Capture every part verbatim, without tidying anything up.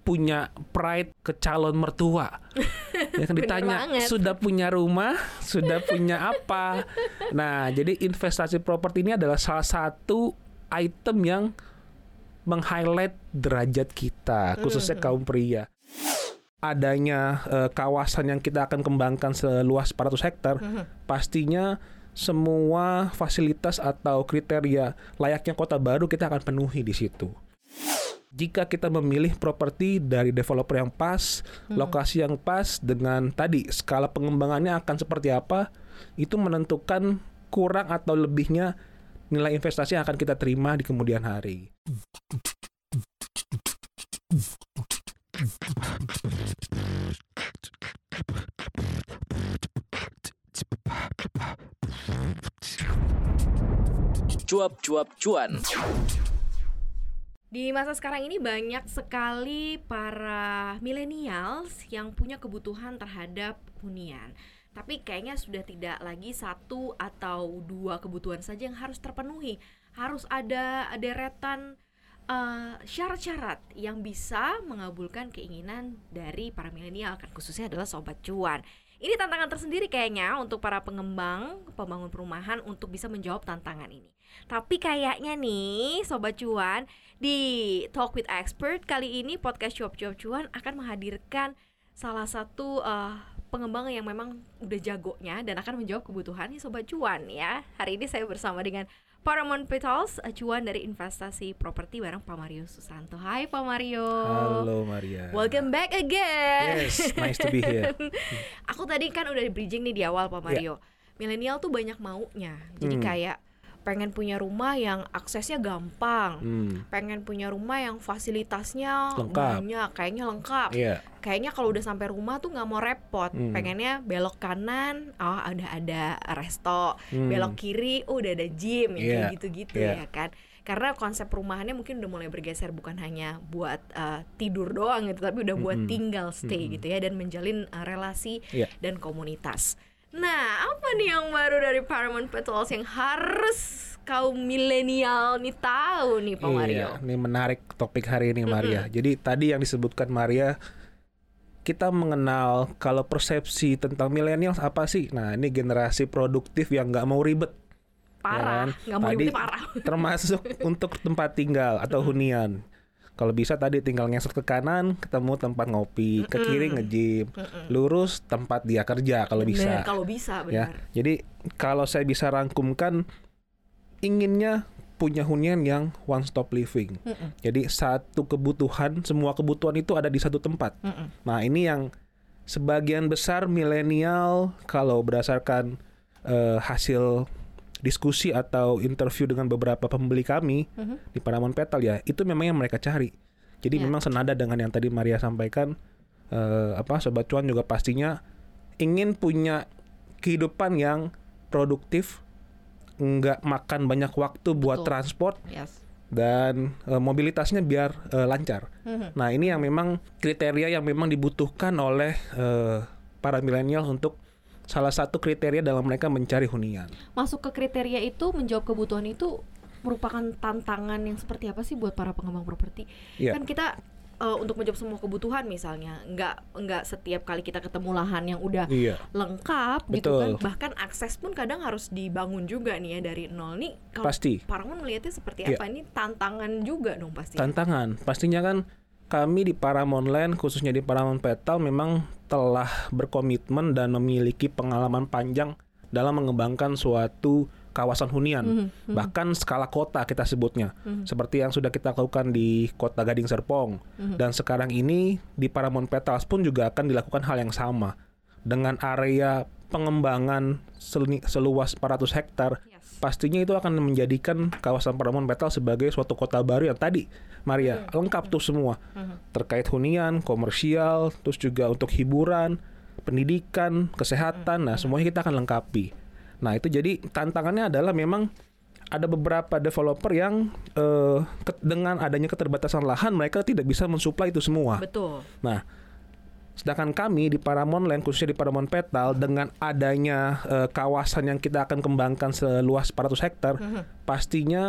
punya pride ke calon mertua. Ya kan ditanya, sudah punya rumah, sudah punya apa. Nah, jadi investasi properti ini adalah salah satu item yang meng-highlight derajat kita, khususnya mm-hmm. kaum pria. Adanya uh, kawasan yang kita akan kembangkan seluas empat ratus hektar, mm-hmm. pastinya semua fasilitas atau kriteria layaknya kota baru kita akan penuhi di situ. Jika kita memilih properti dari developer yang pas, hmm. lokasi yang pas, dengan tadi skala pengembangannya akan seperti apa, itu menentukan kurang atau lebihnya nilai investasi yang akan kita terima di kemudian hari. Cuap-cuap cuan. Di masa sekarang ini banyak sekali para millennials yang punya kebutuhan terhadap hunian. Tapi kayaknya sudah tidak lagi satu atau dua kebutuhan saja yang harus terpenuhi. Harus ada deretan uh, syarat-syarat yang bisa mengabulkan keinginan dari para milenial, kan khususnya adalah sobat cuan. Ini tantangan tersendiri kayaknya untuk para pengembang, pembangun perumahan untuk bisa menjawab tantangan ini. Tapi kayaknya nih Sobat Cuan, di Talk with Expert kali ini podcast Cuap-Cuap Cuan akan menghadirkan salah satu uh, pengembang yang memang udah jagonya dan akan menjawab kebutuhan nih Sobat Cuan ya. Hari ini saya bersama dengan Paramount Petals, cuan dari investasi properti bareng Pak Mario Susanto. Hai Pak Mario. Halo Maria. Welcome back again. Yes, nice to be here. Aku tadi kan udah di bridging nih di awal Pak Mario. Yeah. Milenial tuh banyak maunya. Jadi hmm. kayak pengen punya rumah yang aksesnya gampang, hmm. pengen punya rumah yang fasilitasnya lengkap. banyak, kayaknya lengkap. Yeah. Kayaknya kalau udah sampai rumah tuh nggak mau repot, hmm. pengennya belok kanan, oh ada ada resto, hmm. belok kiri, oh udah ada gym, ya yeah. kayak gitu-gitu yeah. ya kan. Karena konsep perumahannya mungkin udah mulai bergeser, bukan hanya buat uh, tidur doang gitu, tapi udah buat mm-hmm. tinggal stay mm-hmm. gitu ya, dan menjalin uh, relasi yeah. dan komunitas. Nah, apa nih yang baru dari Paramount Petals yang harus kaum milenial nih tahu nih Pak Mario? Iya, ini menarik topik hari ini Maria. Mm-hmm. Jadi tadi yang disebutkan Maria, kita mengenal kalau persepsi tentang milenial apa sih? Nah, ini generasi produktif yang nggak mau ribet. Parah, nggak mau ribet parah. Termasuk untuk tempat tinggal atau hunian. Kalau bisa tadi tinggal ngesot ke kanan, ketemu tempat ngopi, ke kiri nge-gym, lurus tempat dia kerja kalau bisa. Bener, kalau bisa benar. Ya, jadi kalau saya bisa rangkumkan, inginnya punya hunian yang one stop living. Mm-mm. Jadi satu kebutuhan, semua kebutuhan itu ada di satu tempat. Mm-mm. Nah ini yang sebagian besar milenial kalau berdasarkan uh, hasil diskusi atau interview dengan beberapa pembeli kami uh-huh. di Paramount Petal ya, itu memang yang mereka cari. Jadi yeah. memang senada dengan yang tadi Maria sampaikan, uh, apa Sobat Cuan juga pastinya ingin punya kehidupan yang produktif, nggak makan banyak waktu buat Betul. transport, yes. dan uh, mobilitasnya biar uh, lancar. Uh-huh. Nah ini yang memang kriteria yang memang dibutuhkan oleh uh, para milenial untuk salah satu kriteria dalam mereka mencari hunian. Masuk ke kriteria itu, menjawab kebutuhan itu merupakan tantangan yang seperti apa sih buat para pengembang properti? Yeah. Kan kita uh, untuk menjawab semua kebutuhan misalnya, nggak nggak setiap kali kita ketemu lahan yang udah yeah. lengkap Betul. gitu kan. Bahkan akses pun kadang harus dibangun juga nih ya dari nol nih. Kalau Pasti. Paramount melihatnya seperti yeah. apa? Ini tantangan juga dong pasti. Tantangan, pastinya kan. Kami di Paramount Land, khususnya di Paramount Petal, memang telah berkomitmen dan memiliki pengalaman panjang dalam mengembangkan suatu kawasan hunian. Mm-hmm. Bahkan skala kota kita sebutnya. Mm-hmm. Seperti yang sudah kita lakukan di Kota Gading Serpong. Mm-hmm. Dan sekarang ini di Paramount Petals pun juga akan dilakukan hal yang sama. Dengan area pengembangan sel- seluas empat ratus hektar. Yes. Pastinya itu akan menjadikan kawasan Paramount Petal sebagai suatu kota baru yang tadi Maria, hmm. lengkap tuh semua. Hmm. Terkait hunian, komersial, terus juga untuk hiburan, pendidikan, kesehatan, hmm. nah semuanya kita akan lengkapi. Nah itu jadi tantangannya adalah memang ada beberapa developer yang uh, ke- dengan adanya keterbatasan lahan, mereka tidak bisa mensuplai itu semua. Betul. Nah, sedangkan kami di Paramount Land, khususnya di Paramount Petal, dengan adanya uh, kawasan yang kita akan kembangkan seluas empat ratus hektar, hmm. pastinya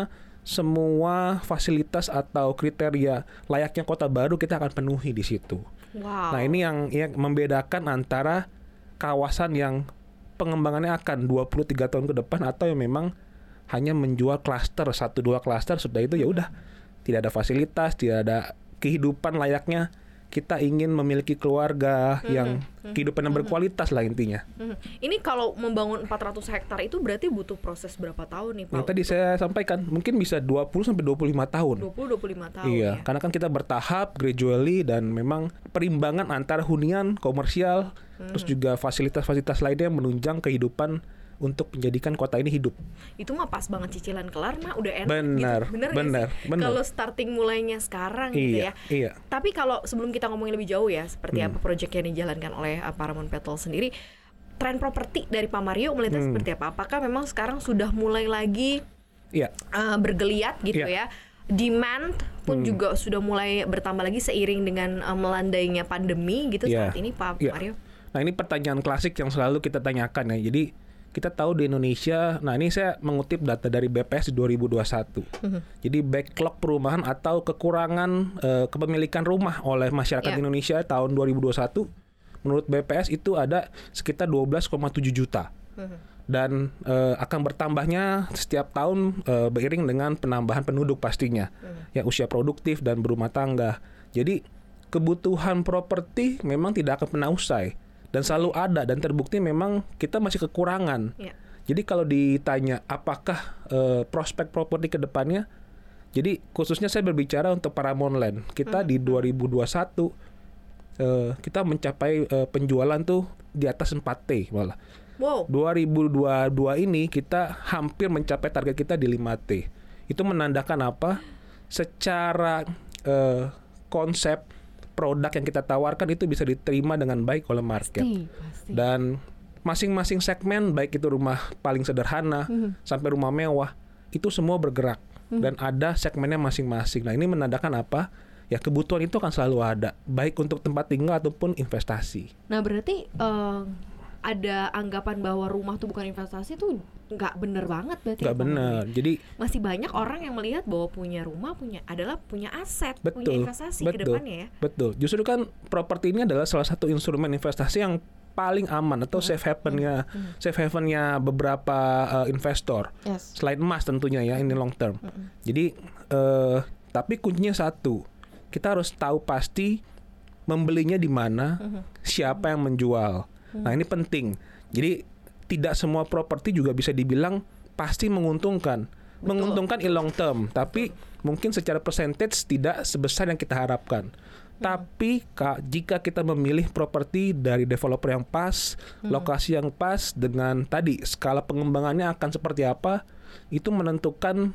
semua fasilitas atau kriteria layaknya kota baru kita akan penuhi di situ. Wow. Nah, ini yang yang membedakan antara kawasan yang pengembangannya akan dua puluh tiga tahun ke depan atau yang memang hanya menjual klaster, satu dua klaster, sudah itu ya udah tidak ada fasilitas, tidak ada kehidupan layaknya kita ingin memiliki keluarga hmm, yang hmm, kehidupan yang berkualitas hmm, lah intinya. Hmm. Ini kalau membangun empat ratus hektar itu berarti butuh proses berapa tahun nih Pak? Yang tadi saya sampaikan mungkin bisa dua puluh sampai dua puluh lima tahun. dua puluh sampai dua puluh lima tahun. Iya, ya? karena kan kita bertahap, gradually, dan memang perimbangan antara hunian, komersial, hmm. terus juga fasilitas-fasilitas lainnya yang menunjang kehidupan untuk menjadikan kota ini hidup. Itu mah pas banget cicilan kelar mah udah enak benar, gitu. Bener benar, benar. Kalau starting mulainya sekarang iya, gitu ya. Iya. Tapi kalau sebelum kita ngomongin lebih jauh ya, seperti hmm. apa proyek yang dijalankan oleh uh, Paramount Petal sendiri, tren properti dari Pak Mario melihatnya hmm. seperti apa? Apakah memang sekarang sudah mulai lagi iya. uh, bergeliat gitu iya. ya? Demand pun hmm. juga sudah mulai bertambah lagi seiring dengan uh, melandainya pandemi gitu yeah. saat ini Pak yeah. Mario. Nah, ini pertanyaan klasik yang selalu kita tanyakan ya. Jadi kita tahu di Indonesia, nah ini saya mengutip data dari B P S di dua ribu dua puluh satu. Uh-huh. Jadi backlog perumahan atau kekurangan uh, kepemilikan rumah oleh masyarakat yeah. Indonesia tahun dua ribu dua puluh satu menurut B P S itu ada sekitar dua belas koma tujuh juta. Uh-huh. Dan uh, akan bertambahnya setiap tahun uh, beriring dengan penambahan penduduk pastinya. Uh-huh. Yang usia produktif dan berumah tangga. Jadi kebutuhan properti memang tidak akan pernah usai. Dan selalu ada dan terbukti memang kita masih kekurangan. Yeah. Jadi kalau ditanya apakah uh, prospek properti ke depannya, jadi khususnya saya berbicara untuk Paramount Land. Kita mm-hmm. di dua ribu dua puluh satu uh, kita mencapai uh, penjualan tuh di atas empat T malah. Wow. dua ribu dua puluh dua ini kita hampir mencapai target kita di lima T. Itu menandakan apa? Secara uh, konsep produk yang kita tawarkan itu bisa diterima dengan baik oleh market. Pasti, pasti. Dan masing-masing segmen, baik itu rumah paling sederhana mm-hmm. sampai rumah mewah, itu semua bergerak mm-hmm. dan ada segmennya masing-masing. Nah, ini menandakan apa? Ya, kebutuhan itu akan selalu ada, baik untuk tempat tinggal ataupun investasi. Nah, berarti uh, ada anggapan bahwa rumah tuh bukan investasi tuh nggak bener banget berarti. Nggak bener. Jadi masih banyak orang yang melihat bahwa punya rumah punya adalah punya aset, betul, punya investasi ke depannya ya. Betul. Justru kan properti ini adalah salah satu instrumen investasi yang paling aman atau safe havennya, mm-hmm. safe havennya beberapa uh, investor. Yes. Selain emas tentunya ya, ini long term. Mm-hmm. Jadi uh, tapi kuncinya satu, kita harus tahu pasti membelinya di mana, mm-hmm. siapa yang menjual. Mm-hmm. Nah, ini penting. Jadi tidak semua properti juga bisa dibilang pasti menguntungkan. Betul. Menguntungkan in long term, tapi mungkin secara percentage tidak sebesar yang kita harapkan. Hmm. Tapi ka, jika kita memilih properti dari developer yang pas, hmm. lokasi yang pas, dengan tadi skala pengembangannya akan seperti apa, itu menentukan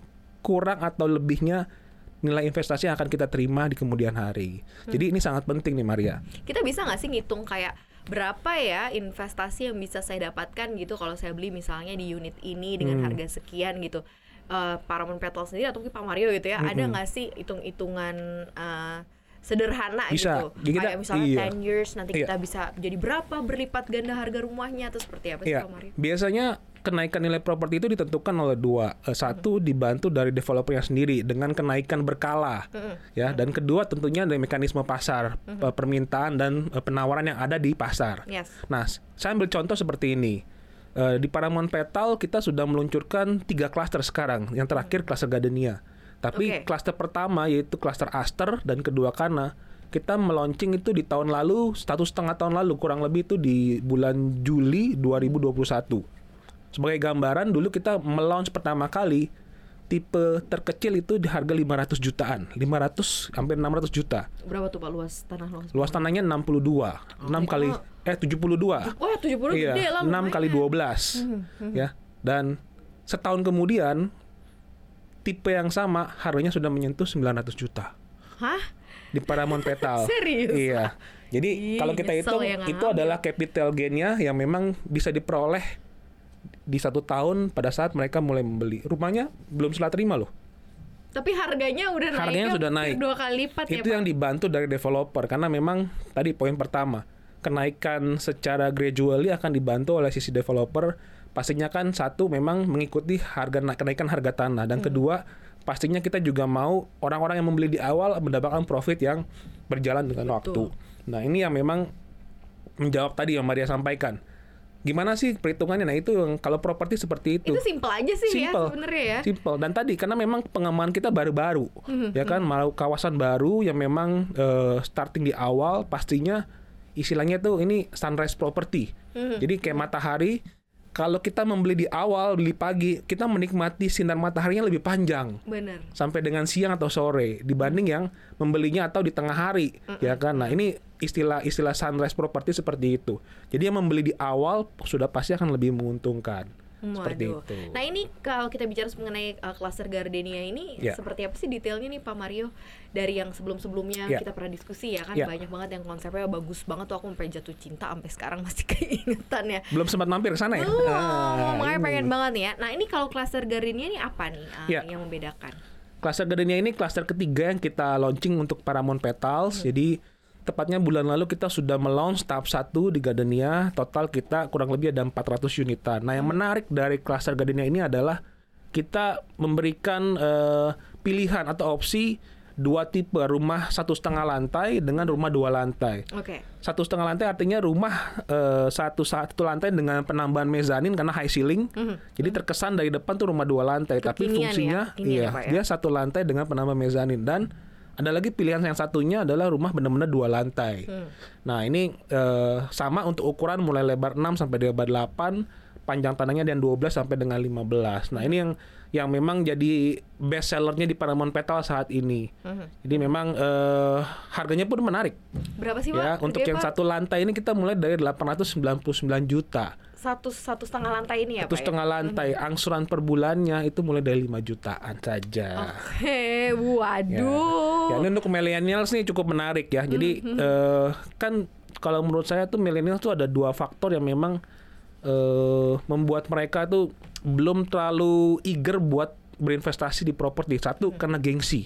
kurang atau lebihnya nilai investasi yang akan kita terima di kemudian hari. Hmm. Jadi ini sangat penting nih Maria. Kita bisa nggak sih ngitung kayak berapa ya investasi yang bisa saya dapatkan gitu kalau saya beli misalnya di unit ini dengan hmm. harga sekian gitu. Uh, Paramount Petal sendiri atau Pak Mario gitu ya, hmm. ada nggak sih hitung-hitungan uh, sederhana bisa. gitu? Kita, kayak misalnya iya. ten years nanti iya. kita bisa jadi berapa berlipat ganda harga rumahnya atau seperti apa sih iya. Pak Mario? Biasanya kenaikan nilai properti itu ditentukan oleh dua. Satu, dibantu dari developernya sendiri dengan kenaikan berkala, mm-hmm. ya. Dan kedua, tentunya dari mekanisme pasar, mm-hmm. permintaan dan penawaran yang ada di pasar. Yes. Nah, saya ambil contoh seperti ini. Di Paramount Petal kita sudah meluncurkan tiga klaster sekarang. Yang terakhir klaster Gardenia. Tapi klaster okay. pertama yaitu klaster Aster dan kedua Kana, kita meluncing itu di tahun lalu, satu setengah tahun lalu, kurang lebih itu di bulan Juli dua ribu dua puluh satu. Sebagai gambaran, dulu kita melaunch pertama kali tipe terkecil itu di harga lima ratus jutaan, lima ratus hampir enam ratus juta. Berapa tuh Pak luas tanah luas? Luas tanahnya enam puluh dua. Oh, enam kali eh tujuh puluh dua. Oh, tujuh puluh iya, gede lah. enam kali dua belas. Mm-hmm. Ya. Dan setahun kemudian tipe yang sama harganya sudah menyentuh sembilan ratus juta. Hah? Di Paramount Petal. Serius? Iya. Jadi Ih, kalau kita hitung itu adalah capital gain-nya yang memang bisa diperoleh di satu tahun pada saat mereka mulai membeli. Rumahnya belum serah terima loh. Tapi harganya udah naik. Harganya sudah naik. Dua kali lipat ya, Itu yang dibantu dari developer karena memang tadi poin pertama, kenaikan secara gradually akan dibantu oleh sisi developer. Pastinya kan satu memang mengikuti harga kenaikan harga tanah dan hmm. kedua pastinya kita juga mau orang-orang yang membeli di awal mendapatkan profit yang berjalan dengan waktu. Nah, ini yang memang menjawab tadi yang Maria sampaikan. Gimana sih perhitungannya? Nah, itu yang kalau properti seperti itu. Itu simple aja sih simple. ya sebenarnya ya. Simple. Dan tadi karena memang pengembangan kita baru-baru, mm-hmm. ya kan, mau kawasan baru yang memang uh, starting di awal, pastinya istilahnya tuh ini sunrise property. Mm-hmm. Jadi kayak matahari. Kalau kita membeli di awal, beli pagi, kita menikmati sinar mataharinya lebih panjang. Benar. Sampai dengan siang atau sore dibanding yang membelinya atau di tengah hari, mm-mm. ya kan. Nah, ini istilah-istilah sunrise property seperti itu. Jadi yang membeli di awal sudah pasti akan lebih menguntungkan. Waduh. Seperti itu. Nah, ini kalau kita bicara mengenai uh, cluster gardenia ini yeah. seperti apa sih detailnya nih Pak Mario? Dari yang sebelum-sebelumnya yeah. kita pernah diskusi ya kan, yeah. banyak banget yang konsepnya bagus banget tuh, aku sampai jatuh cinta sampai sekarang masih keingetan ya. Belum sempat mampir ke sana ya? Belum, ah, makanya ini. pengen banget nih ya. Nah, ini kalau cluster gardenia ini apa nih uh, yeah. yang membedakan? Cluster gardenia ini cluster ketiga yang kita launching untuk Paramount Petals. Hmm. Jadi tepatnya bulan lalu kita sudah melaunch tahap satu di Gardenia. Total kita kurang lebih ada empat ratus unitan. Nah, yang menarik dari cluster Gardenia ini adalah kita memberikan uh, pilihan atau opsi dua tipe rumah satu setengah lantai dengan rumah dua lantai. Oke. Okay. Satu setengah lantai artinya rumah uh, satu satu lantai dengan penambahan mezanin karena high ceiling. Mm-hmm. Jadi terkesan dari depan tuh rumah dua lantai, Kekinian tapi fungsinya ya? Ini iya ya, Pak, ya? dia satu lantai dengan penambahan mezanin. Dan ada lagi pilihan yang satunya adalah rumah benar-benar dua lantai. Hmm. Nah, ini eh, sama untuk ukuran mulai lebar enam sampai lebar delapan, panjang tanahnya dari dua belas sampai dengan lima belas. Nah, ini yang yang memang jadi best sellernya di Paramount Petal saat ini. Hmm. Jadi memang eh, harganya pun menarik. Berapa sih, Pak? Ya, untuk Gede, yang Pak? satu lantai ini kita mulai dari delapan ratus sembilan puluh sembilan juta. Satu satu setengah lantai ini ya, Satu Pak? setengah ya? lantai, Hmm. angsuran per bulannya itu mulai dari lima jutaan saja. Oke, waduh. Ya, ini untuk millennials nih cukup menarik ya. Jadi mm-hmm. eh, kan kalau menurut saya tuh millennials tuh ada dua faktor yang memang eh, membuat mereka tuh belum terlalu eager buat berinvestasi di properti. Satu mm-hmm. karena gengsi.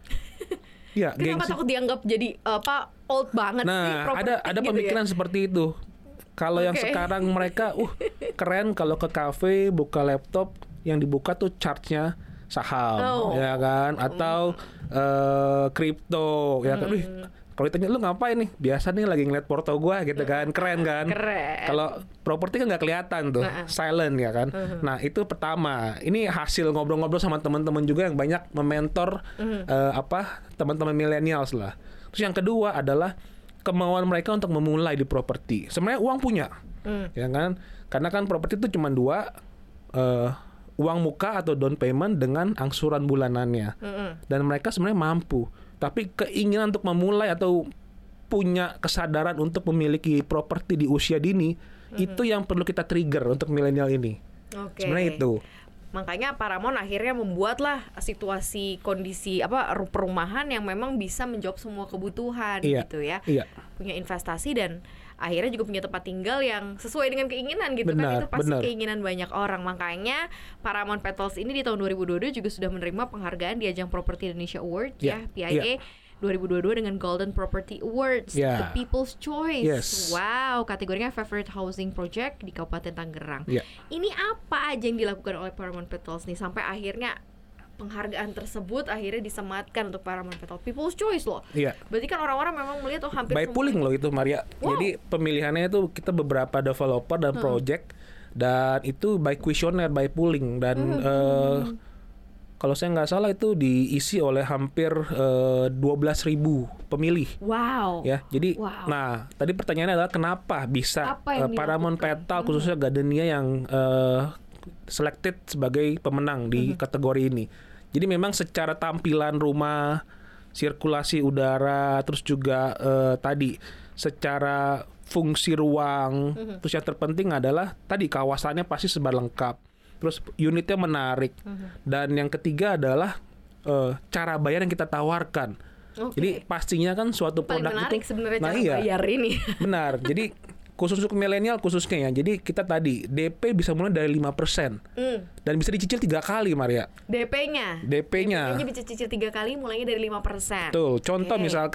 Ya, kenapa gengsi. takut dianggap jadi apa old banget nah, sih properti ada ada gitu pemikiran ya? seperti itu. Kalau okay. yang sekarang mereka, uh keren kalau ke kafe buka laptop yang dibuka tuh chartnya saham, oh. ya kan, atau kripto, mm. uh, ya kan. Wih, kalau ditanya lu ngapain nih? Biasa nih lagi ngeliat porto gua gitu kan, keren kan? Keren. Kalau properti kan nggak kelihatan tuh, uh-uh. silent ya kan. Uh-huh. Nah itu pertama. Ini hasil ngobrol-ngobrol sama teman-teman juga yang banyak mementor uh-huh. uh, apa teman-teman millennials lah. Terus yang kedua adalah kemauan mereka untuk memulai di properti. Sebenarnya uang punya, mm. ya kan? Karena kan properti itu cuma dua, uh, uang muka atau down payment dengan angsuran bulanannya. Mm-mm. Dan mereka sebenarnya mampu. Tapi keinginan untuk memulai atau punya kesadaran untuk memiliki properti di usia dini, mm-hmm. itu yang perlu kita trigger untuk milenial ini. Okay. Sebenarnya itu. Makanya Paramount akhirnya membuatlah situasi kondisi apa perumahan yang memang bisa menjawab semua kebutuhan iya, gitu ya. Iya. Punya investasi dan akhirnya juga punya tempat tinggal yang sesuai dengan keinginan gitu. Benar, kan itu pasti benar. keinginan banyak orang. Makanya Paramount Petals ini di tahun dua ribu dua puluh dua juga sudah menerima penghargaan di ajang Property Indonesia Award yeah, ya P I A yeah. dua ribu dua puluh dua dengan Golden Property Awards, yeah. The People's Choice. Yes. Wow, kategorinya Favorite Housing Project di Kabupaten Tangerang. Yeah. Ini apa aja yang dilakukan oleh Paramount Petals nih sampai akhirnya penghargaan tersebut akhirnya disematkan untuk Paramount Petals People's Choice loh. Iya. Berarti kan orang-orang memang melihat oh hampir by semua pooling loh itu Maria. Wow. Jadi pemilihannya itu kita beberapa developer dan hmm. project dan itu by kuesioner, by pooling dan hmm. uh, kalau saya nggak salah itu diisi oleh hampir uh, dua belas ribu pemilih. Wow. Ya, jadi wow. nah tadi pertanyaannya adalah kenapa bisa uh, Paramount Petal hmm. khususnya Gardenia yang uh, selected sebagai pemenang di hmm. kategori ini. Jadi memang secara tampilan rumah, sirkulasi udara, terus juga uh, tadi secara fungsi ruang, hmm. terus yang terpenting adalah tadi kawasannya pasti serba lengkap. Terus unitnya menarik. Uh-huh. Dan yang ketiga adalah uh, cara bayar yang kita tawarkan. Okay. Jadi pastinya kan suatu paling produk menarik itu sebenarnya nah cara iya, bayar ini. Benar. Jadi khusus untuk milenial khususnya ya. Jadi kita tadi D P bisa mulai dari lima persen. Mm. Dan bisa dicicil tiga kali Maria. D P-nya. D P-nya. D P-nya bisa cicil tiga kali mulainya dari lima persen. Tuh, contoh okay. misalkan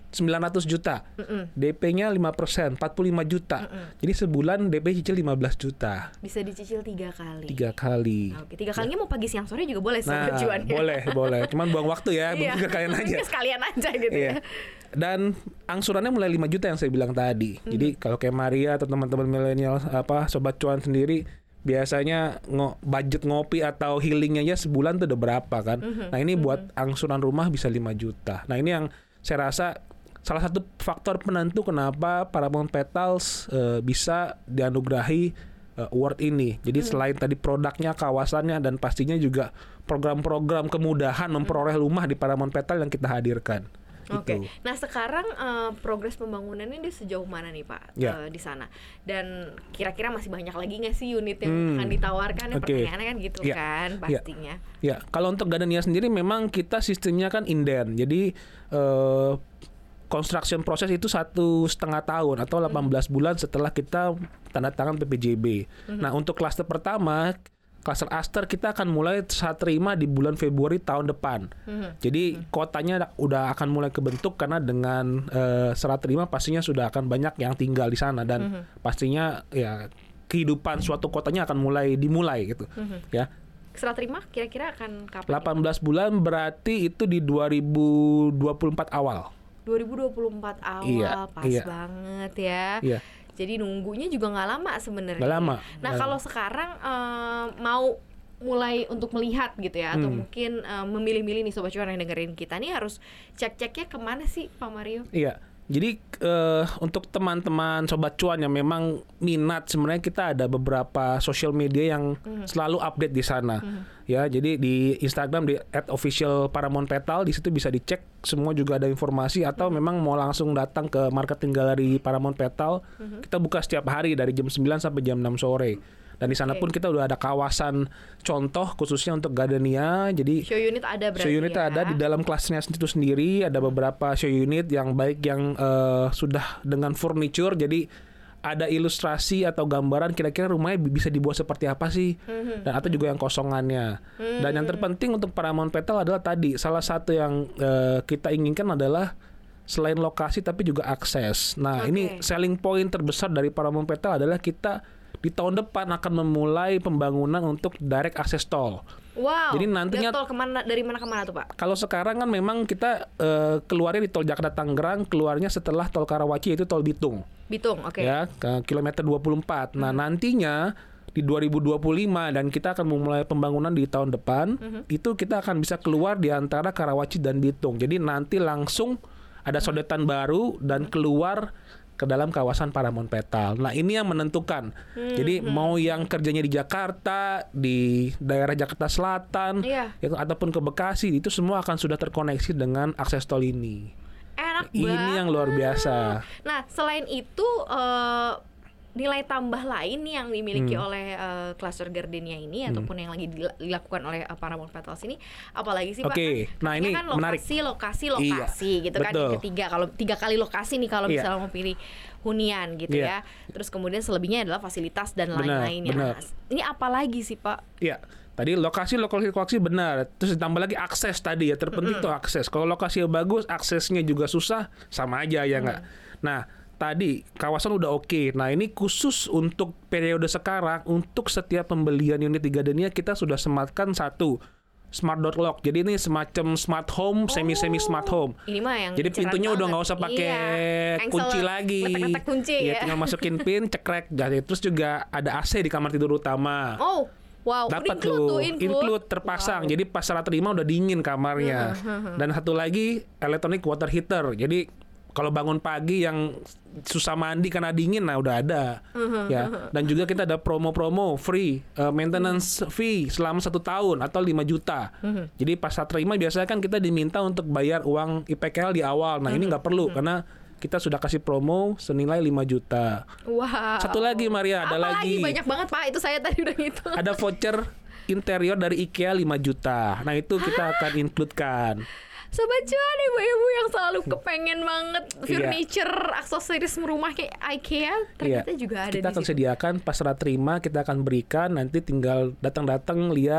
sembilan ratus juta. Mm-mm. D P-nya lima persen, empat puluh lima juta. Mm-mm. Jadi sebulan D P cicil lima belas juta. Bisa dicicil tiga kali. Tiga kali. Oke, tiga kalinya mau pagi siang sore juga boleh Nah, sobat cuan ya. boleh, boleh. Cuman buang waktu ya, Iya. bukan kalian aja. Sekalian aja gitu Iya. ya. Dan angsurannya mulai lima juta yang saya bilang tadi. Mm-hmm. Jadi kalau kayak Maria atau teman-teman milenial apa sobat cuan sendiri biasanya ngo- budget ngopi atau healingnya aja sebulan tuh udah berapa kan. Mm-hmm. Nah, ini buat angsuran rumah bisa lima juta. Nah, ini yang saya rasa salah satu faktor penentu kenapa Paramount Petals uh, bisa dianugerahi uh, award ini. Jadi hmm. selain tadi produknya, kawasannya, dan pastinya juga program-program kemudahan memperoleh rumah di Paramount Petal yang kita hadirkan. Oke, Gitu. nah sekarang uh, progres pembangunannya di sejauh mana nih Pak Ya. uh, di sana? Dan kira-kira masih banyak lagi nggak sih unit yang Hmm. akan ditawarkan? Ya, Oke. pertanyaannya kan gitu Ya. kan Ya. pastinya. Ya, kalau untuk Gardenia sendiri memang kita sistemnya kan inden. Jadi uh, construction proses itu satu setengah tahun atau delapan belas bulan setelah kita tanda tangan P P J B. Mm-hmm. Nah, untuk klaster pertama, klaster Aster kita akan mulai serah terima di bulan Februari tahun depan. Mm-hmm. Jadi mm-hmm. kotanya udah akan mulai kebentuk karena dengan uh, serah terima pastinya sudah akan banyak yang tinggal di sana dan mm-hmm. pastinya ya kehidupan suatu kotanya akan mulai dimulai gitu. Mm-hmm. Ya. Serah terima kira-kira akan kapan? delapan belas bulan berarti itu di dua ribu dua puluh empat awal. dua ribu dua puluh empat awal, Iya, pas iya. banget ya. Iya. Jadi nunggunya juga nggak lama sebenarnya. Nggak lama. Nah, Nggak kalau lama. sekarang um, mau mulai untuk melihat gitu ya, atau Hmm. mungkin um, memilih-milih nih sobat cuan yang dengerin kita nih harus cek-ceknya kemana sih Pak Mario? Iya. Jadi uh, untuk teman-teman sobat cuan yang memang minat, sebenarnya kita ada beberapa social media yang mm-hmm. selalu update di sana. Mm-hmm. Ya, jadi di Instagram di at official Paramount Petal, di situ bisa dicek semua juga ada informasi atau mm-hmm. memang mau langsung datang ke marketing galeri Paramount Petal, mm-hmm. kita buka setiap hari dari jam sembilan sampai jam enam sore. Dan di sana Okay. pun kita udah ada kawasan contoh khususnya untuk Gardenia. Jadi Show unit ada berarti show unit ya? ada di dalam kelasnya itu sendiri. Ada beberapa show unit yang baik yang uh, sudah dengan furniture. Jadi ada ilustrasi atau gambaran kira-kira rumahnya bisa dibuat seperti apa sih, mm-hmm. dan atau juga yang kosongannya. Mm-hmm. Dan yang terpenting untuk Paramount Petal adalah tadi salah satu yang uh, kita inginkan adalah selain lokasi tapi juga akses. Nah, Okay. ini selling point terbesar dari Paramount Petal adalah kita di tahun depan akan memulai pembangunan untuk direct access tol. Wow. Jadi nantinya Dan tol kemana, dari mana ke mana tuh Pak? kalau sekarang kan memang kita uh, keluarnya di tol Jakarta Tangerang, keluarnya setelah tol Karawaci yaitu tol Bitung. Bitung, oke. Okay. Ya, ke kilometer dua puluh empat. Hmm. Nah, nantinya di dua ribu dua puluh lima dan kita akan memulai pembangunan di tahun depan, Hmm. itu kita akan bisa keluar di antara Karawaci dan Bitung. Jadi nanti langsung ada sodetan baru dan keluar ke dalam kawasan Paramount Petal. Nah, ini yang menentukan. Hmm, Jadi hmm. mau yang kerjanya di Jakarta, di daerah Jakarta Selatan, Iya. ya, ataupun ke Bekasi, itu semua akan sudah terkoneksi dengan akses tol ini. Enak Ini banget. yang luar biasa. Nah, selain itu uh, nilai tambah lain nih yang dimiliki Hmm. oleh uh, cluster Gardenia ini hmm. ataupun yang lagi dila- dilakukan oleh uh, Paramount Petals ini apalagi sih Pak? Oke, nah Katanya ini kan menarik. lokasi, lokasi, lokasi Iya, gitu kan. Yang betul. ketiga, kalau tiga kali lokasi nih kalau Iya. misalnya mau pilih hunian gitu Iya. ya. Terus kemudian selebihnya adalah fasilitas dan Benar, lain-lainnya. benar. Nah, ini apa lagi sih Pak? Ya, tadi lokasi, lokasi, lokasi benar. Terus ditambah lagi akses tadi ya, terpenting tuh akses. Kalau lokasinya bagus, aksesnya juga susah, sama aja ya nggak. Nah, tadi kawasan udah oke. Nah, ini khusus untuk periode sekarang, untuk setiap pembelian unit di Gardenia kita sudah sematkan satu smart door lock. Jadi ini semacam smart home, semi semi smart home. Ini mah yang Jadi cerah pintunya udah banget. nggak usah pakai Iya. kunci Engsel, lagi. ngetek-ngetek kunci ya, ya. tinggal masukin pin, cekrek. Jadi terus juga ada A C di kamar tidur utama. Oh, wow. Dapat include tuh, tuh, include. terpasang. Wow. Jadi pas serah terima udah dingin kamarnya. Dan satu lagi electronic water heater. Jadi kalau bangun pagi yang susah mandi karena dingin, nah udah ada. Ya. Dan juga kita ada promo-promo free uh, maintenance fee selama satu tahun atau lima juta. Jadi pas serah terima biasanya kan kita diminta untuk bayar uang I P K L di awal. Nah ini nggak perlu karena kita sudah kasih promo senilai lima juta. Wow. Satu lagi Maria, ada Apa lagi. Banyak banget Pak, itu saya tadi udah ngitung. Ada voucher interior dari IKEA lima juta. Nah, itu kita akan include-kan. Sobat cuan, ibu-ibu yang selalu kepengen banget Iya. furniture, aksesoris rumah kayak IKEA, ternyata juga ada Kita di akan situ. sediakan pas serah terima, kita akan berikan, nanti tinggal datang-datang lihat,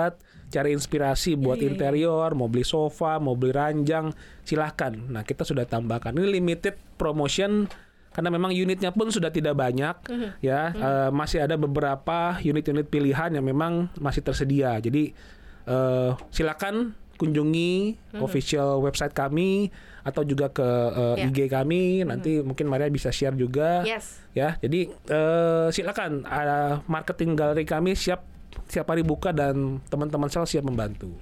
cari inspirasi buat Iya, iya, iya. interior, mau beli sofa, mau beli ranjang, silahkan. Nah, kita sudah tambahkan. Ini limited promotion karena memang unitnya pun sudah tidak banyak, Mhm. ya. Eh, masih ada beberapa unit-unit pilihan yang memang masih tersedia. Jadi eh, silakan kunjungi official website kami atau juga ke eh, Ya. I G kami. Nanti mungkin Maria bisa share juga. Yes. Ya, jadi eh, silakan. Ada marketing galeri kami siap siap hari buka dan teman-teman sales siap membantu.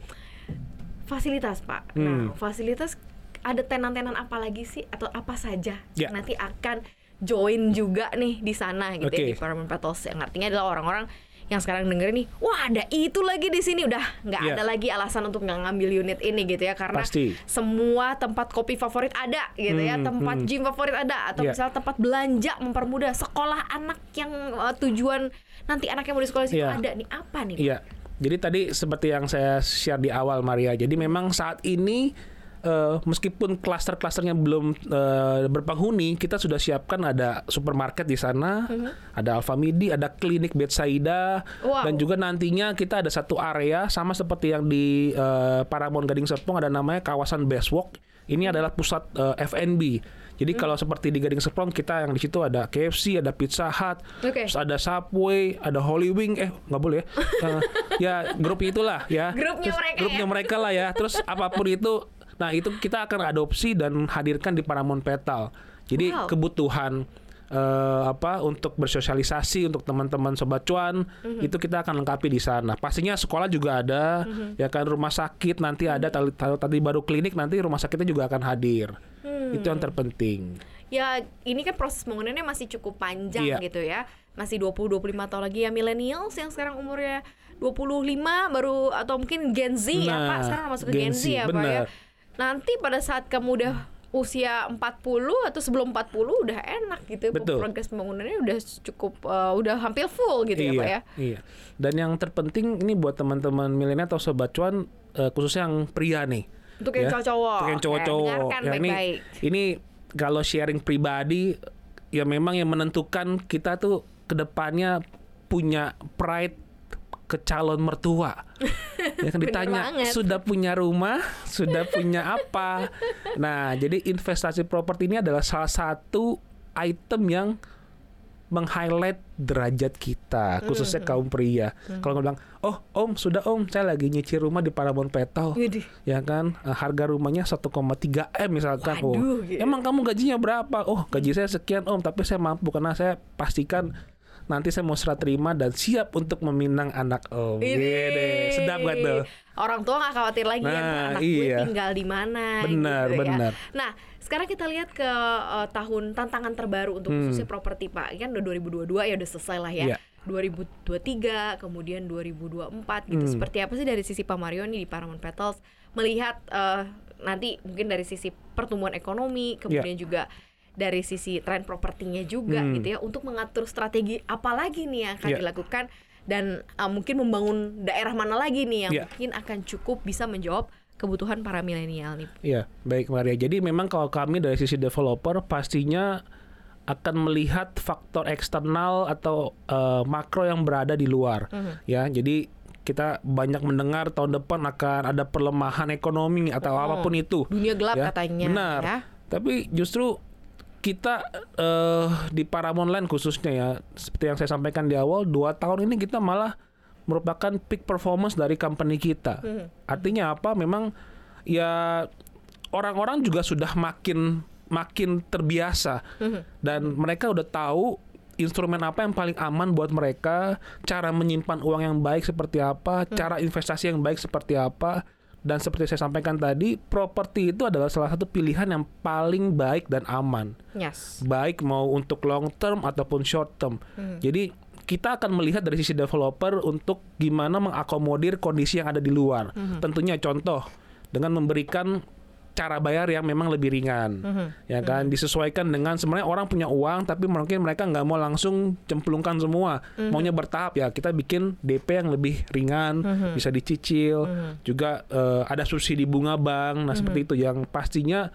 Fasilitas, Pak. Hmm. Nah, fasilitas ada tenan-tenan apa lagi sih atau apa saja Ya. nanti akan join juga nih di sana gitu ya, Oke. di Paramount Petals, yang artinya adalah orang-orang yang sekarang dengerin nih, wah ada itu lagi di sini, udah nggak Ya. ada lagi alasan untuk nggak ngambil unit ini gitu ya, karena Pasti. semua tempat kopi favorit ada gitu ya, Hmm, tempat hmm. gym favorit ada, atau Ya. misalnya tempat belanja mempermudah sekolah anak yang uh, tujuan nanti anaknya mau di sekolah situ Ya. ada nih, apa nih Pak? Iya. Jadi tadi seperti yang saya share di awal Maria. Jadi memang saat ini eh, meskipun klaster-klasternya belum eh, berpenghuni, kita sudah siapkan ada supermarket di sana, ada Alfamidi, ada klinik Betsaida, Wow. dan juga nantinya kita ada satu area sama seperti yang di eh, Paramount Gading Serpong, ada namanya kawasan Bestwalk. Ini adalah pusat eh, F and B. Jadi kalau seperti di Gading Serpong kita yang di situ ada K F C, ada Pizza Hut, Oke. terus ada Subway, ada Holy Wing, eh nggak boleh ya, Eh, ya grup itulah ya, Grupnya Terus mereka grupnya ya. mereka lah ya, terus apapun itu, nah itu kita akan adopsi dan hadirkan di Paramount Petal. Jadi Wow. kebutuhan eh, apa untuk bersosialisasi untuk teman-teman Sobat Cuan Mhm. itu kita akan lengkapi di sana. Pastinya sekolah juga ada, Mhm. ya kan, rumah sakit nanti ada, tadi tadi baru klinik, nanti rumah sakitnya juga akan hadir. Hmm. Itu yang terpenting. Ya ini kan proses pembangunannya masih cukup panjang Iya. gitu ya. Masih dua puluh sampai dua puluh lima tahun lagi ya, millennials yang sekarang umurnya dua puluh lima baru, atau mungkin Gen Z ya Nah, Pak, sekarang masuk ke Gen Gen Z Z, ya Pak ya. benar. Nanti pada saat kamu udah usia empat puluh atau sebelum empat puluh udah enak gitu. Betul. Progres pembangunannya udah cukup uh, udah hampir full gitu ya Pak ya. Iya. Dan yang terpenting ini buat teman-teman milenial atau Sobat Cuan, eh, khususnya yang pria nih. Untuk yang Ya. cowok-cowok. Untuk yang Oke, cowok-cowok. dengarkan Ya, ini baik-baik. ini kalau sharing pribadi, ya memang yang menentukan kita tuh kedepannya punya pride ke calon mertua. Ya kan, Bener ditanya banget. sudah punya rumah, sudah punya apa. Nah, jadi investasi properti ini adalah salah satu item yang meng-highlight derajat kita, khususnya kaum pria. Kalau nggak bilang, oh om sudah om, saya lagi nyicil rumah di Paramount Petal, Widih. ya kan, eh, harga rumahnya satu koma tiga M misalkan. Waduh, Oh, gitu. emang kamu gajinya berapa? Oh, gaji saya sekian om, tapi saya mampu karena saya pastikan nanti saya mau serah terima dan siap untuk meminang anak om. Widih. Gede, sedap gak tuh? Orang tua nggak khawatir lagi ya, Nah, anak iya. gue tinggal di mana. Benar, gitu ya. benar. Nah, sekarang kita lihat ke uh, tahun tantangan terbaru untuk Hmm. khususnya properti Pak. Kan udah dua ribu dua puluh dua ya udah selesai lah ya. Iya. dua ribu dua puluh tiga, kemudian dua ribu dua puluh empat gitu. Hmm. Seperti apa sih dari sisi Pak Mario nih di Paramount Petals melihat uh, nanti mungkin dari sisi pertumbuhan ekonomi, kemudian juga dari sisi tren propertinya juga Hmm. gitu ya, untuk mengatur strategi apa lagi nih yang akan Iya. dilakukan, dan uh, mungkin membangun daerah mana lagi nih yang Iya. mungkin akan cukup bisa menjawab kebutuhan para milenial nih. Iya, baik Maria. Jadi memang kalau kami dari sisi developer pastinya akan melihat faktor eksternal atau eh, makro yang berada di luar. Mhm. Ya, jadi kita banyak mendengar tahun depan akan ada perlemahan ekonomi atau Oh, apapun itu. dunia gelap Ya, katanya. benar. Ya. Tapi justru kita eh, di Paramount Land khususnya ya, seperti yang saya sampaikan di awal, dua tahun ini kita malah merupakan peak performance dari company kita. Mhm. Artinya apa? Memang ya orang-orang juga sudah makin makin terbiasa Mhm. dan mereka udah tahu instrumen apa yang paling aman buat mereka, cara menyimpan uang yang baik seperti apa, cara investasi yang baik seperti apa. Dan seperti saya sampaikan tadi, properti itu adalah salah satu pilihan yang paling baik dan aman. Yes. Baik mau untuk long term ataupun short term. Mhm. Jadi kita akan melihat dari sisi developer untuk gimana mengakomodir kondisi yang ada di luar. Mhm. Tentunya contoh dengan memberikan cara bayar yang memang lebih ringan, Mhm. ya kan, disesuaikan dengan sebenarnya orang punya uang tapi mungkin mereka nggak mau langsung cemplungkan semua, Mhm. maunya bertahap, ya kita bikin D P yang lebih ringan, Mhm. bisa dicicil, Mhm. juga eh, ada subsidi bunga bank, nah seperti itu yang pastinya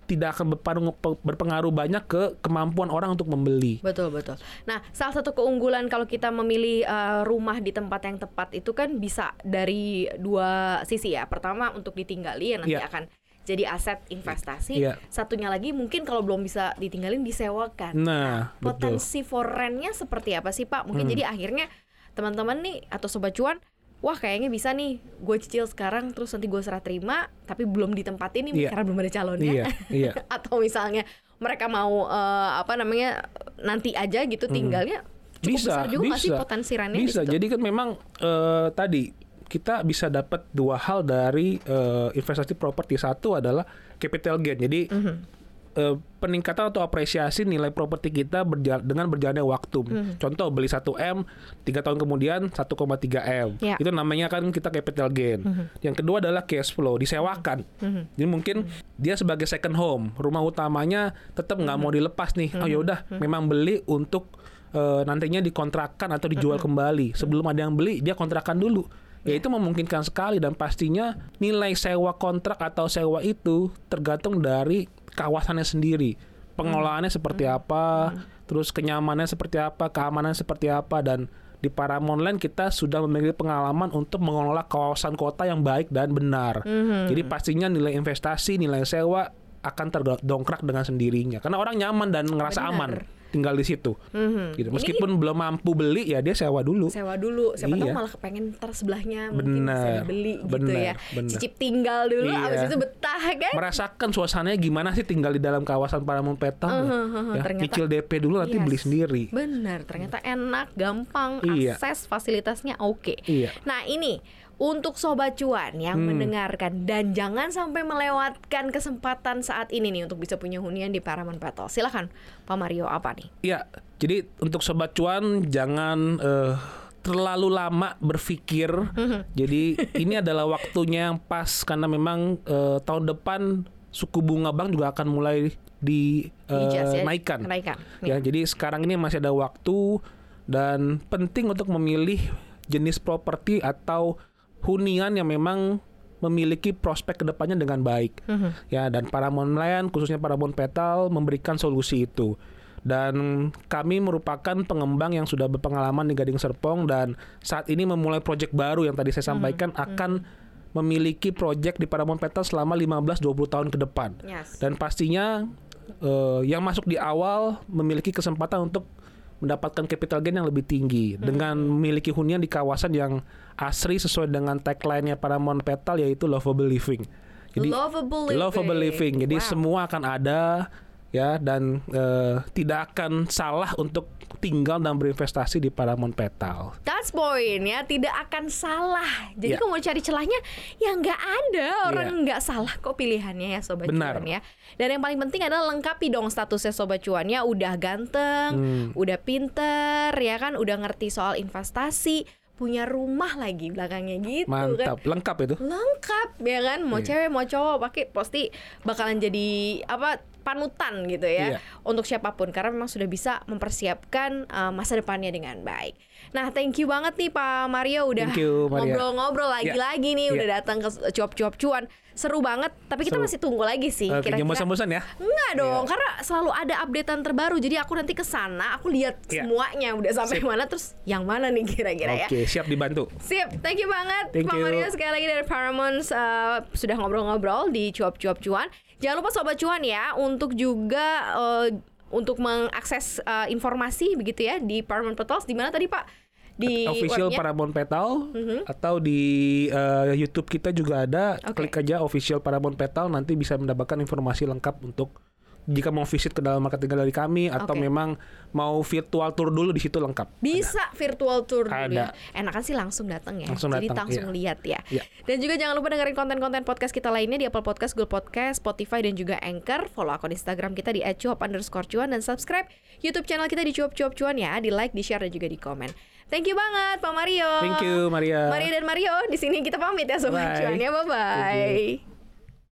tidak akan berpengaruh, berpengaruh banyak ke kemampuan orang untuk membeli. Betul betul. Nah, salah satu keunggulan kalau kita memilih uh, rumah di tempat yang tepat itu kan bisa dari dua sisi ya. Pertama untuk ditinggali yang nanti yeah. akan jadi aset investasi. Yeah. Satunya lagi mungkin kalau belum bisa ditinggalin disewakan. Nah, potensi for rent-nya seperti apa sih Pak? Mungkin hmm. jadi akhirnya teman-teman nih atau Sobat Cuan, wah kayaknya bisa nih gue cicil sekarang terus nanti gue serah terima tapi belum ditempatin nih yeah. karena belum ada calonnya yeah. Yeah. atau misalnya mereka mau uh, apa namanya nanti aja gitu tinggalnya hmm. cukup bisa, besar juga bisa, nggak sih potensi rentnya bisa. Jadi kan memang uh, tadi kita bisa dapat dua hal dari uh, investasi properti. Satu adalah capital gain, jadi mm-hmm. uh, peningkatan atau apresiasi nilai properti kita berjalan, dengan berjalannya waktu. Mm-hmm. Contoh beli satu M, tiga tahun kemudian satu koma tiga M. Yeah. Itu namanya kan kita capital gain. Mm-hmm. Yang kedua adalah cash flow, disewakan. Mm-hmm. Jadi mungkin mm-hmm. dia sebagai second home, rumah utamanya tetap nggak mm-hmm. mau dilepas nih. Mm-hmm. Oh yaudah, mm-hmm. memang beli untuk uh, nantinya dikontrakkan atau dijual mm-hmm. kembali. Sebelum ada yang beli, dia kontrakkan dulu. Ya itu memungkinkan sekali, dan pastinya nilai sewa kontrak atau sewa itu tergantung dari kawasannya sendiri, pengelolaannya seperti apa, hmm. terus kenyamanannya seperti apa, keamanannya seperti apa. Dan di Paramount Land kita sudah memiliki pengalaman untuk mengelola kawasan kota yang baik dan benar. Hmm. Jadi pastinya nilai investasi, nilai sewa akan terdongkrak dengan sendirinya karena orang nyaman dan ngerasa benar. Aman tinggal di situ. Mm-hmm. Gitu. Meskipun ini belum mampu beli ya dia sewa dulu. Sewa dulu. Siapa iya. tahu malah kepengen ntar sebelahnya mungkin bisa dibeli gitu bener, ya. Bener. Cicip tinggal dulu, iya. abis itu betah kan. Merasakan suasananya gimana sih tinggal di dalam kawasan Paramount Petal. Uh-huh, uh-huh. Ya, ternyata, cicil D P dulu nanti yes. beli sendiri. Benar, ternyata enak, gampang, iya. akses fasilitasnya oke. Okay. Iya. Nah ini untuk Sobat Cuan yang hmm. mendengarkan dan jangan sampai melewatkan kesempatan saat ini nih untuk bisa punya hunian di Paramount Petal. Silakan Pak Mario, apa nih? Ya, jadi untuk Sobat Cuan jangan uh, terlalu lama berpikir. Mm-hmm. Jadi ini adalah waktunya yang pas karena memang uh, tahun depan suku bunga bank juga akan mulai dinaikkan. Uh, ya, ya, jadi sekarang ini masih ada waktu dan penting untuk memilih jenis properti atau hunian yang memang memiliki prospek kedepannya dengan baik. Uh-huh. Ya, dan Paramount Land khususnya Paramount Petal memberikan solusi itu. Dan kami merupakan pengembang yang sudah berpengalaman di Gading Serpong dan saat ini memulai proyek baru yang tadi saya sampaikan uh-huh. akan memiliki proyek di Paramount Petal selama lima belas sampai dua puluh tahun ke depan. Yes. Dan pastinya uh, yang masuk di awal memiliki kesempatan untuk mendapatkan capital gain yang lebih tinggi hmm. dengan memiliki hunian di kawasan yang asri sesuai dengan tagline-nya Paramount Petal yaitu lovable living. Jadi lovable living. Lovable living. Jadi wow. semua akan ada ya dan uh, tidak akan salah untuk tinggal dan berinvestasi di Paramount Petal. That's point ya, tidak akan salah. Jadi yeah. kalau mau cari celahnya ya nggak ada, orang nggak yeah. salah kok pilihannya ya Sobat Benar. Cuan ya. Dan yang paling penting adalah lengkapi dong statusnya Sobat Cuan ya, udah ganteng, hmm. udah pinter ya kan, udah ngerti soal investasi, punya rumah lagi belakangnya gitu. Mantap, kan. Lengkap itu. Lengkap ya kan, mau yeah. cewek mau cowok pakai pasti bakalan jadi apa panutan gitu ya yeah. untuk siapapun karena memang sudah bisa mempersiapkan uh, masa depannya dengan baik. Nah, thank you banget nih Pak Mario udah you, ngobrol-ngobrol lagi-lagi yeah. nih yeah. udah datang ke cuap-cuap cuan. Seru banget, tapi kita Seru. masih tunggu lagi sih okay, kira-kira. Bosan-bosan ya? Enggak dong, yeah. karena selalu ada updatean terbaru. Jadi aku nanti ke sana, aku lihat yeah. semuanya udah sampai Sip. mana terus yang mana nih kira-kira okay, ya. Oke, siap dibantu. Sip, thank you banget thank Pak you. Mario sekali lagi dari Paramount uh, sudah ngobrol-ngobrol di cuap-cuap cuan. Jangan lupa Sobat Cuan ya untuk juga uh, untuk mengakses uh, informasi begitu ya di Paramount Petal di mana tadi Pak? Di official webnya? Paramount Petal uh-huh. atau di uh, YouTube kita juga ada. Okay. Klik aja official Paramount Petal nanti bisa mendapatkan informasi lengkap untuk jika mau visit ke dalam market tinggal dari kami atau okay. memang mau virtual tour dulu di situ lengkap. Bisa ada. virtual tour dulu ada. ya. Enakan sih langsung datang ya. Langsung Jadi datang, langsung iya. lihat ya. Iya. Dan juga jangan lupa dengerin konten-konten podcast kita lainnya di Apple Podcast, Google Podcast, Spotify dan juga Anchor. Follow akun Instagram kita di et cuap underscore cuan dan subscribe YouTube channel kita di cuap cuap cuan ya. Di like, di share dan juga di komen. Thank you banget Pak Mario. Thank you Maria. Maria dan Mario di sini kita pamit ya Sobat Cuan ya. Bye bye.